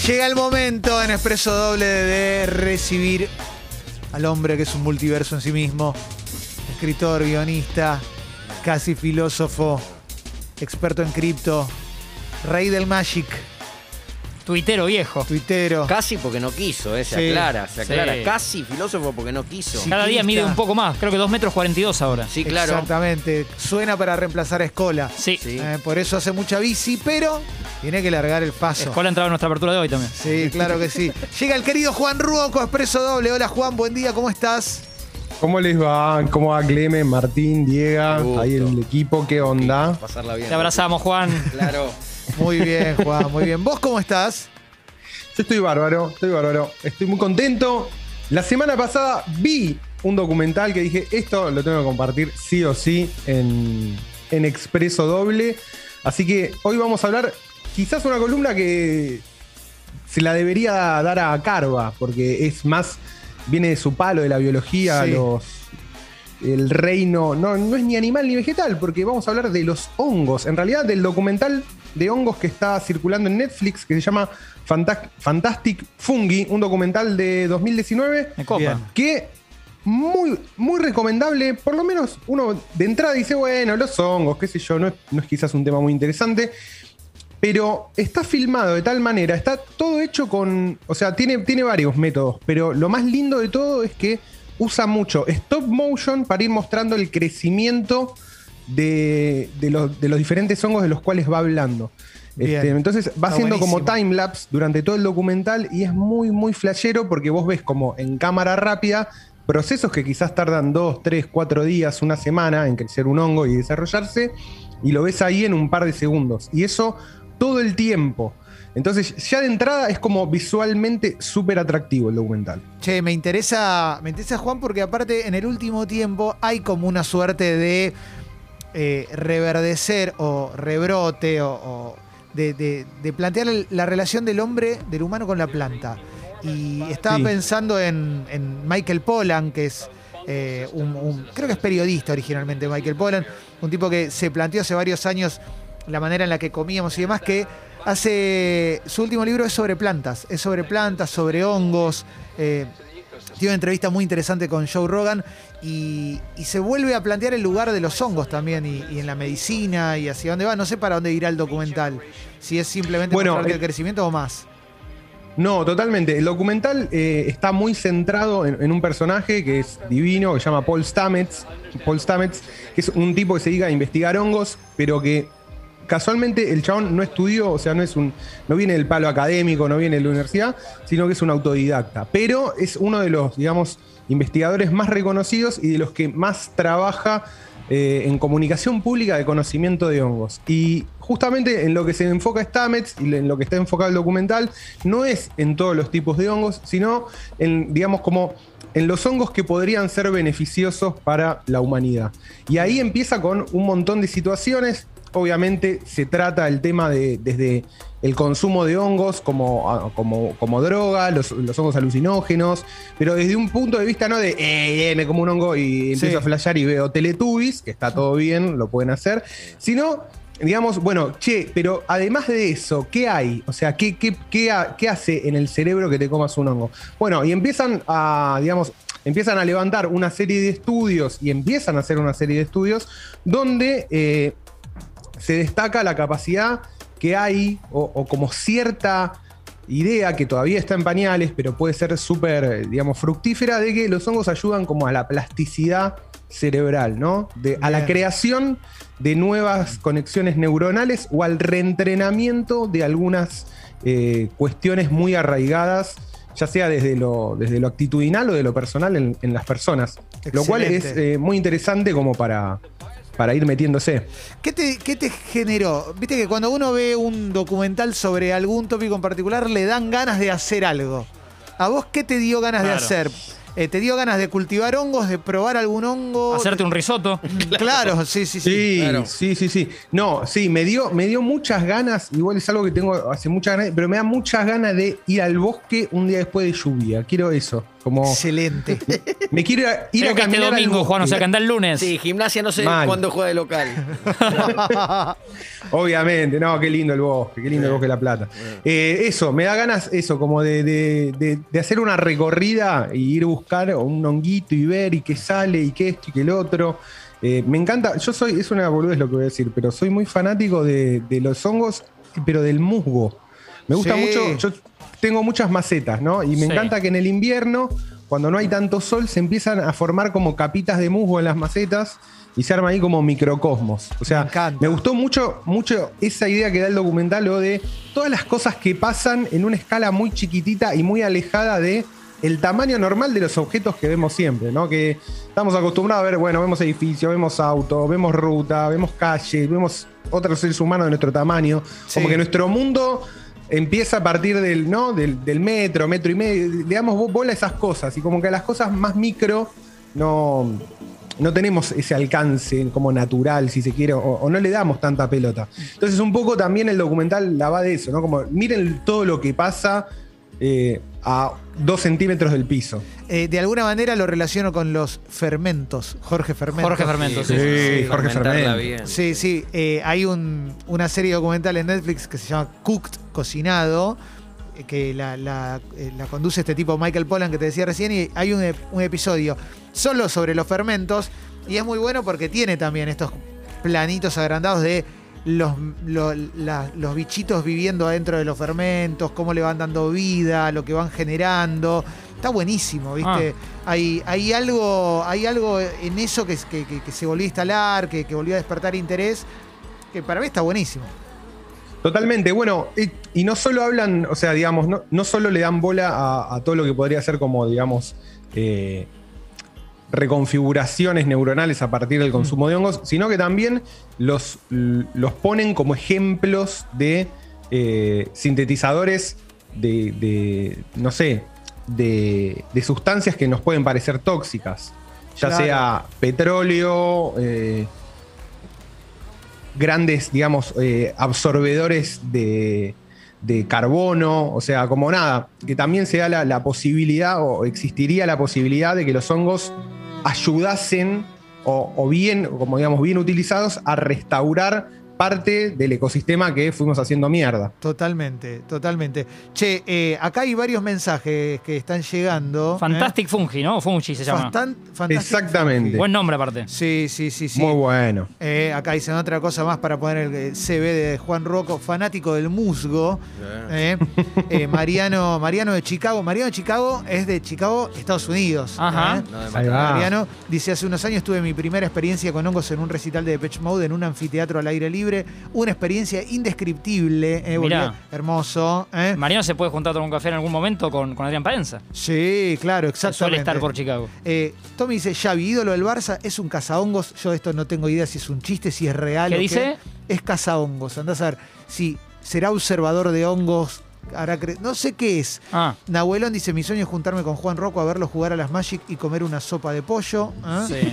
Llega el momento en Expreso Doble de recibir al hombre que es un multiverso en sí mismo. Escritor, guionista, casi filósofo, experto en cripto, rey del Magic. Tuitero viejo. Tuitero. Casi porque no quiso, se Sí. aclara. Sí. Casi filósofo porque no quiso. Sí. Cada día mide un poco más. Creo que 2,42 m ahora. Sí, claro. Exactamente. Suena para reemplazar a Escola. Sí. Sí. Por eso hace mucha bici, pero tiene que largar el paso. Escola entraba en nuestra apertura de hoy también. Sí, claro que sí. Llega el querido Juan Ruoco, Expreso Doble. Hola Juan, buen día, ¿cómo estás? ¿Cómo les va? ¿Cómo va Clemen, Martín, Diego? Gusto. Ahí el equipo, ¿qué onda? Pasarla bien. Te abrazamos, Juan. Claro. Muy bien, Juan, muy bien. ¿Vos cómo estás? Yo estoy bárbaro. Estoy muy contento. La semana pasada vi un documental que dije, esto lo tengo que compartir sí o sí en Expreso Doble. Así que hoy vamos a hablar quizás una columna que se la debería dar a Carva, porque es más, viene de su palo, de la biología, Sí. el reino, no es ni animal ni vegetal, porque vamos a hablar de los hongos. En realidad, del documental de hongos que está circulando en Netflix, que se llama Fantastic Fungi, un documental de 2019, Me copa. Bien. que muy, muy recomendable. Por lo menos uno de entrada dice, bueno, los hongos, qué sé yo, no es quizás un tema muy interesante. Pero está filmado de tal manera, está todo hecho con. O sea, tiene varios métodos, pero lo más lindo de todo es que usa mucho stop motion para ir mostrando el crecimiento de los diferentes hongos de los cuales va hablando. Bien. Entonces va Está haciendo como buenísimo. timelapse durante todo el documental y es muy, muy flashero porque vos ves como en cámara rápida procesos que quizás tardan 2, 3, 4 días, una semana en crecer un hongo y desarrollarse, y lo ves ahí en un par de segundos. Y eso todo el tiempo. Entonces, ya de entrada es como visualmente súper atractivo el documental. Che, me interesa Juan porque aparte en el último tiempo hay como una suerte de reverdecer o rebrote o de plantear la relación del hombre, del humano con la planta. Y estaba Sí. pensando en Michael Pollan, que es creo que es periodista originalmente, Michael Pollan, un tipo que se planteó hace varios años la manera en la que comíamos y demás, que su último libro es sobre plantas, sobre hongos. Tiene una entrevista muy interesante con Joe Rogan y se vuelve a plantear el lugar de los hongos también y en la medicina y hacia dónde va. No sé para dónde irá el documental, si es simplemente mostrarte el crecimiento o más. No, totalmente. El documental está muy centrado en un personaje que es divino, que se llama Paul Stamets. Paul Stamets, que es un tipo que se dedica a investigar hongos, pero que casualmente el chabón no estudió, o sea, no viene del palo académico, no viene de la universidad, sino que es un autodidacta. Pero es uno de los, digamos, investigadores más reconocidos y de los que más trabaja en comunicación pública de conocimiento de hongos. Y justamente en lo que se enfoca Stamets y en lo que está enfocado el documental no es en todos los tipos de hongos, sino en, digamos, como en los hongos que podrían ser beneficiosos para la humanidad. Y ahí empieza con un montón de situaciones. Obviamente se trata el tema desde el consumo de hongos como droga, los hongos alucinógenos, pero desde un punto de vista no de me como un hongo y empiezo Sí. a flashear y veo Teletubbies, que está todo bien, lo pueden hacer, sino, digamos, bueno, pero además de eso, ¿qué hay? O sea, ¿qué hace en el cerebro que te comas un hongo? Bueno, y empiezan a levantar una serie de estudios y empiezan a hacer una serie de estudios donde se destaca la capacidad que hay o como cierta idea que todavía está en pañales, pero puede ser súper, digamos, fructífera, de que los hongos ayudan como a la plasticidad cerebral, ¿no? A la Bien. creación de nuevas conexiones neuronales o al reentrenamiento de algunas cuestiones muy arraigadas, ya sea desde lo actitudinal o de lo personal en las personas. Lo cual Excelente. es muy interesante como para ir metiéndose. ¿Qué te generó? Viste que cuando uno ve un documental sobre algún tópico en particular, le dan ganas de hacer algo. ¿A vos qué te dio ganas de Claro. hacer? ¿Te dio ganas de cultivar hongos, de probar algún hongo? Hacerte un risotto. Claro, sí. Sí, claro. sí. No, sí, me dio muchas ganas, igual es algo que tengo hace muchas ganas, pero me da muchas ganas de ir al bosque un día después de lluvia. Quiero eso. Como Excelente. me quiero ir Creo a que este caminar al domingo, Juan, o sea que anda el lunes. Sí, Gimnasia no sé Mal. cuándo juega de local. Obviamente, no, qué lindo el bosque, qué lindo el bosque de La Plata. Eso, me da ganas, eso, como de hacer una recorrida y ir a buscar un honguito y ver y qué sale y qué esto y qué el otro. Me encanta, es una boludez lo que voy a decir, pero soy muy fanático de los hongos, pero del musgo. Me gusta Sí. mucho, yo tengo muchas macetas, ¿no? Y me Sí. encanta que en el invierno, cuando no hay tanto sol, se empiezan a formar como capitas de musgo en las macetas y se arma ahí como microcosmos. O sea, Me encanta. me gustó mucho esa idea que da el documental, lo de todas las cosas que pasan en una escala muy chiquitita y muy alejada de el tamaño normal de los objetos que vemos siempre, ¿no? Que estamos acostumbrados a ver, bueno, vemos edificios, vemos autos, vemos ruta, vemos calles, vemos otros seres humanos de nuestro tamaño. Sí. Como que nuestro mundo empieza a partir del, ¿no? del metro y medio, le damos bola a esas cosas, y como que a las cosas más micro no tenemos ese alcance como natural, si se quiere, o no le damos tanta pelota. Entonces un poco también el documental la va de eso, ¿no? Como miren todo lo que pasa a 2 centímetros del piso. De alguna manera lo relaciono con los fermentos. Jorge Fermentos. Jorge Fermentos, sí. Jorge Fermentarla Fernández. bien. Sí, sí. Hay una serie documental en Netflix que se llama Cooked, Cocinado, que la conduce este tipo Michael Pollan que te decía recién, y hay un episodio solo sobre los fermentos, y es muy bueno porque tiene también estos planitos agrandados de los bichitos viviendo adentro de los fermentos, cómo le van dando vida, lo que van generando. Está buenísimo, ¿viste? Hay algo en eso que se volvió a instalar, que volvió a despertar interés, que para mí está buenísimo. Totalmente, bueno, y no solo hablan, o sea, digamos, no solo le dan bola a todo lo que podría ser como, digamos, reconfiguraciones neuronales a partir del consumo de hongos, sino que también los ponen como ejemplos de sintetizadores no sé, de sustancias que nos pueden parecer tóxicas, ya Claro. sea petróleo, grandes, digamos, absorbedores de carbono, o sea, como nada, que también se da la posibilidad, o existiría la posibilidad de que los hongos ayudasen, o bien, como digamos, bien utilizados, a restaurar parte del ecosistema que fuimos haciendo mierda. Totalmente, totalmente. Che, acá hay varios mensajes que están llegando. Fantastic Fungi, ¿no? Fungi se llama. Fantástico. Exactamente. Buen nombre aparte. Sí. Muy bueno. Acá dicen otra cosa más para poner el CV de Juan Rocco, fanático del musgo. Mariano de Chicago. Mariano de Chicago es de Chicago, Estados Unidos. Ajá. No, de Ahí va. Mariano dice: hace unos años tuve mi primera experiencia con hongos en un recital de Depeche Mode en un anfiteatro al aire libre. Una experiencia indescriptible. Mirá. Hermoso. Mariano se puede juntar a tomar un café en algún momento con Adrián Paenza. Sí, claro, Que exactamente. suele estar por Chicago. Tommy dice: Xavi, ídolo del Barça, es un cazahongos. Yo de esto no tengo idea si es un chiste, si es real. ¿Qué o dice? Es cazahongos. Andás a ver si será observador de hongos. No sé qué es. Ah, Nahuelón dice: mi sueño es juntarme con Juan Rocco a verlo jugar a las Magic y comer una sopa de pollo. sí.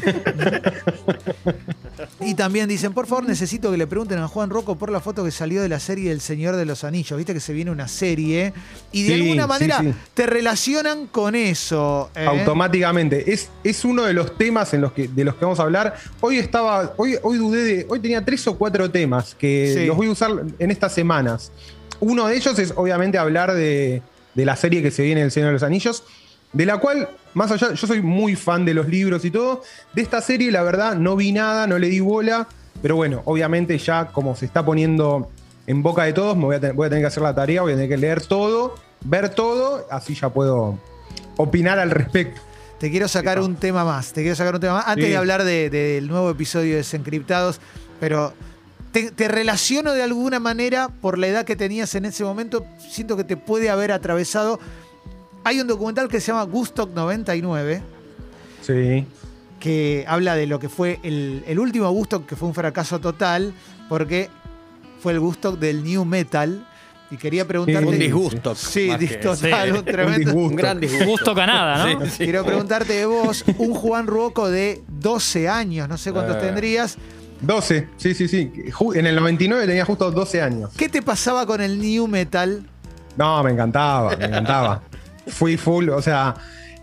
Y también dicen: por favor, necesito que le pregunten a Juan Rocco por la foto que salió de la serie El Señor de los Anillos. Viste que se viene una serie y de Sí, alguna manera sí. te relacionan con eso. Automáticamente. Es uno de los temas de los que vamos a hablar. Hoy dudé hoy tenía 3 o 4 temas que Sí. los voy a usar en estas semanas. Uno de ellos es obviamente hablar de la serie que se viene El Señor de los Anillos, de la cual, más allá, yo soy muy fan de los libros y todo. De esta serie, la verdad, no vi nada, no le di bola. Pero bueno, obviamente ya como se está poniendo en boca de todos, voy a tener que hacer la tarea, voy a tener que leer todo, ver todo, así ya puedo opinar al respecto. Te quiero sacar un tema más. Antes Sí. de hablar del nuevo episodio de Desencriptados, pero te relaciono de alguna manera por la edad que tenías en ese momento. Siento que te puede haber atravesado. Hay un documental que se llama Woodstock 99, Sí. que habla de lo que fue el último Woodstock, que fue un fracaso total, porque fue el Woodstock del New Metal. Y quería preguntarte... Un disgusto. Sí, más que- total, sí. un tremendo... Un gran disgusto. Gusto Canadá, ¿no? Sí. Quiero preguntarte de vos, un Juan Rocco de 12 años, no sé cuántos tendrías. 12, sí. En el 99 tenía justo 12 años. ¿Qué te pasaba con el New Metal? No, me encantaba. Fui full, o sea,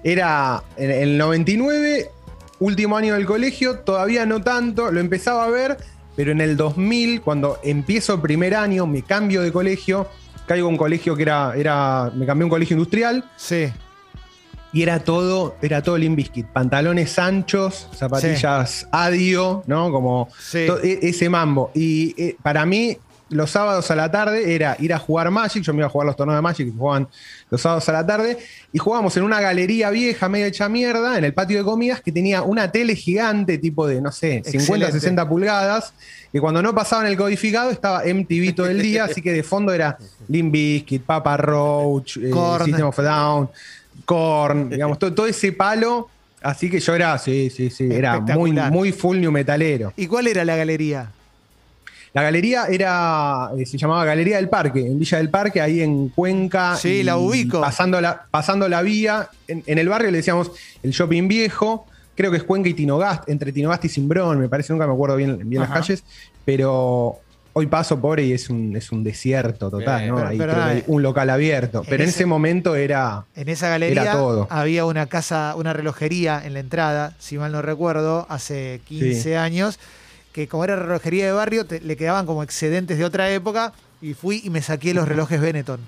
Era en el 99, último año del colegio, todavía no tanto, lo empezaba a ver, pero en el 2000, cuando empiezo el primer año, me cambio de colegio, caigo a un colegio que me cambié a un colegio industrial. Sí. Y era todo Limp Bizkit. Pantalones anchos, zapatillas Adio, ¿no? Como Sí. ese mambo. Y para mí, los sábados a la tarde era ir a jugar Magic. Yo me iba a jugar los torneos de Magic que jugaban los sábados a la tarde. Y jugábamos en una galería vieja, medio hecha mierda, en el patio de comidas, que tenía una tele gigante, tipo de, no sé, 50, Excelente. 60 pulgadas. Que cuando no pasaban el codificado estaba MTV todo el día. Así que de fondo era Limp Bizkit, Papa Roach, Korn. System of a Down, Korn, digamos, todo ese palo. Así que yo era, era muy, Espectacular. muy full new metalero. ¿Y cuál era la galería? La galería se llamaba Galería del Parque, en Villa del Parque, ahí en Cuenca. Sí, y la ubico. Pasando la vía. En el barrio le decíamos el shopping viejo. Creo que es Cuenca y Tinogast, entre Tinogast y Cimbrón, me parece, nunca me acuerdo bien las Ajá. calles. Pero hoy paso, pobre, y es un desierto total, ¿no? Ahí pero creo que hay un local abierto. Pero en ese momento era. En esa galería Era todo. había una casa, una relojería en la entrada, si mal no recuerdo, hace 15 Sí. años, que como era relojería de barrio, le quedaban como excedentes de otra época, y fui y me saqué los relojes Benetton.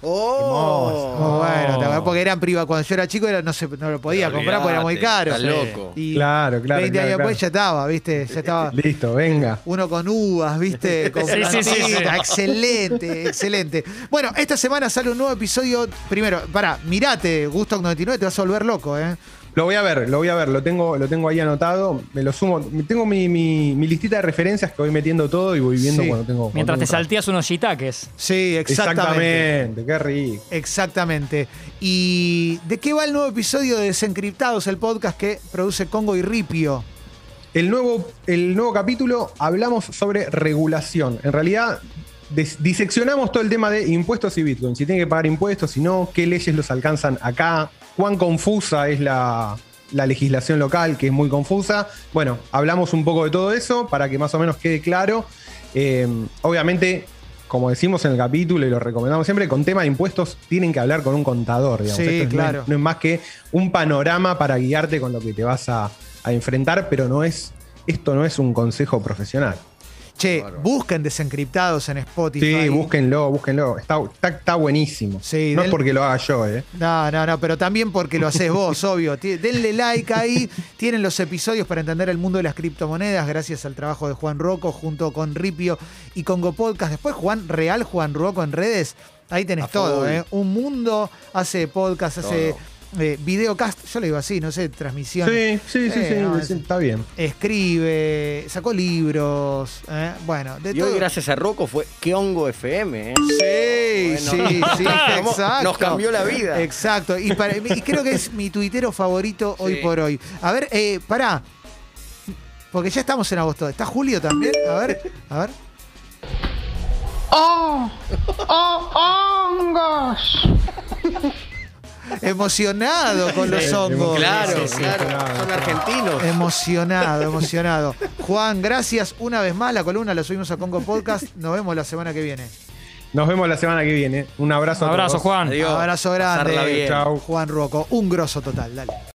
¡Oh! Muy bueno, ¿te acordás? Porque eran privados. Cuando yo era chico no lo podía comprar porque era muy caro. Está loco. Y Claro, 20 años claro. después ya estaba, ¿viste? Ya estaba Listo, venga. uno con uvas, ¿viste? Con Sí, sí, sí, sí. plantita. Excelente, excelente. Bueno, esta semana sale un nuevo episodio. Primero, mirate, Gusto 99, te vas a volver loco, ¿eh? Lo voy a ver, lo tengo ahí anotado, me lo sumo. Tengo mi listita de referencias que voy metiendo todo y voy viendo Sí. cuando tengo. Mientras te salté salteas unos shiitakes. Sí, exactamente. Exactamente, qué rico. Exactamente. ¿Y de qué va el nuevo episodio de Desencriptados, el podcast que produce Congo y Ripio? El nuevo capítulo hablamos sobre regulación. En realidad, diseccionamos todo el tema de impuestos y Bitcoin. Si tienen que pagar impuestos, si no, qué leyes los alcanzan acá, cuán confusa es la legislación local, que es muy confusa. Bueno, hablamos un poco de todo eso para que más o menos quede claro. Obviamente, como decimos en el capítulo y lo recomendamos siempre, con tema de impuestos tienen que hablar con un contador. Digamos. Sí, Esto claro. no es más que un panorama para guiarte con lo que te vas a enfrentar, pero esto no es un consejo profesional. Che, Bárbaro. busquen Desencriptados en Spotify. Sí, búsquenlo. Está buenísimo. Sí, no es porque lo haga yo, ¿eh? No, pero también porque lo haces vos, obvio. Denle like ahí. Tienen los episodios para entender el mundo de las criptomonedas, gracias al trabajo de Juan Rocco junto con Ripio y Congo Podcast. Después Juan Rocco en redes. Ahí tenés A todo, full. ¿eh? Un mundo, hace podcast, hace videocast, yo lo digo así, no sé, transmisión. Sí, no, está bien. Escribe, sacó libros, bueno, de Y todo. hoy, gracias a Rocco, fue ¿Qué hongo FM? Sí, Bueno, sí, Vamos, exacto. nos cambió la vida. Exacto. Y creo que es mi tuitero favorito hoy Sí. por hoy. A ver, pará. Porque ya estamos en agosto. ¿Está Julio también? A ver. hongos. Emocionado con los hongos. Claro, Sí, sí, claro. Son argentinos. Emocionado. Juan, gracias una vez más. La columna la subimos a Congo Podcast. Nos vemos la semana que viene. Nos vemos la semana que viene. Un abrazo Un a abrazo, todos. Juan. Adiós. Abrazo grande. Pasarla bien. Chau. Juan Rocco. Un grosso total. Dale.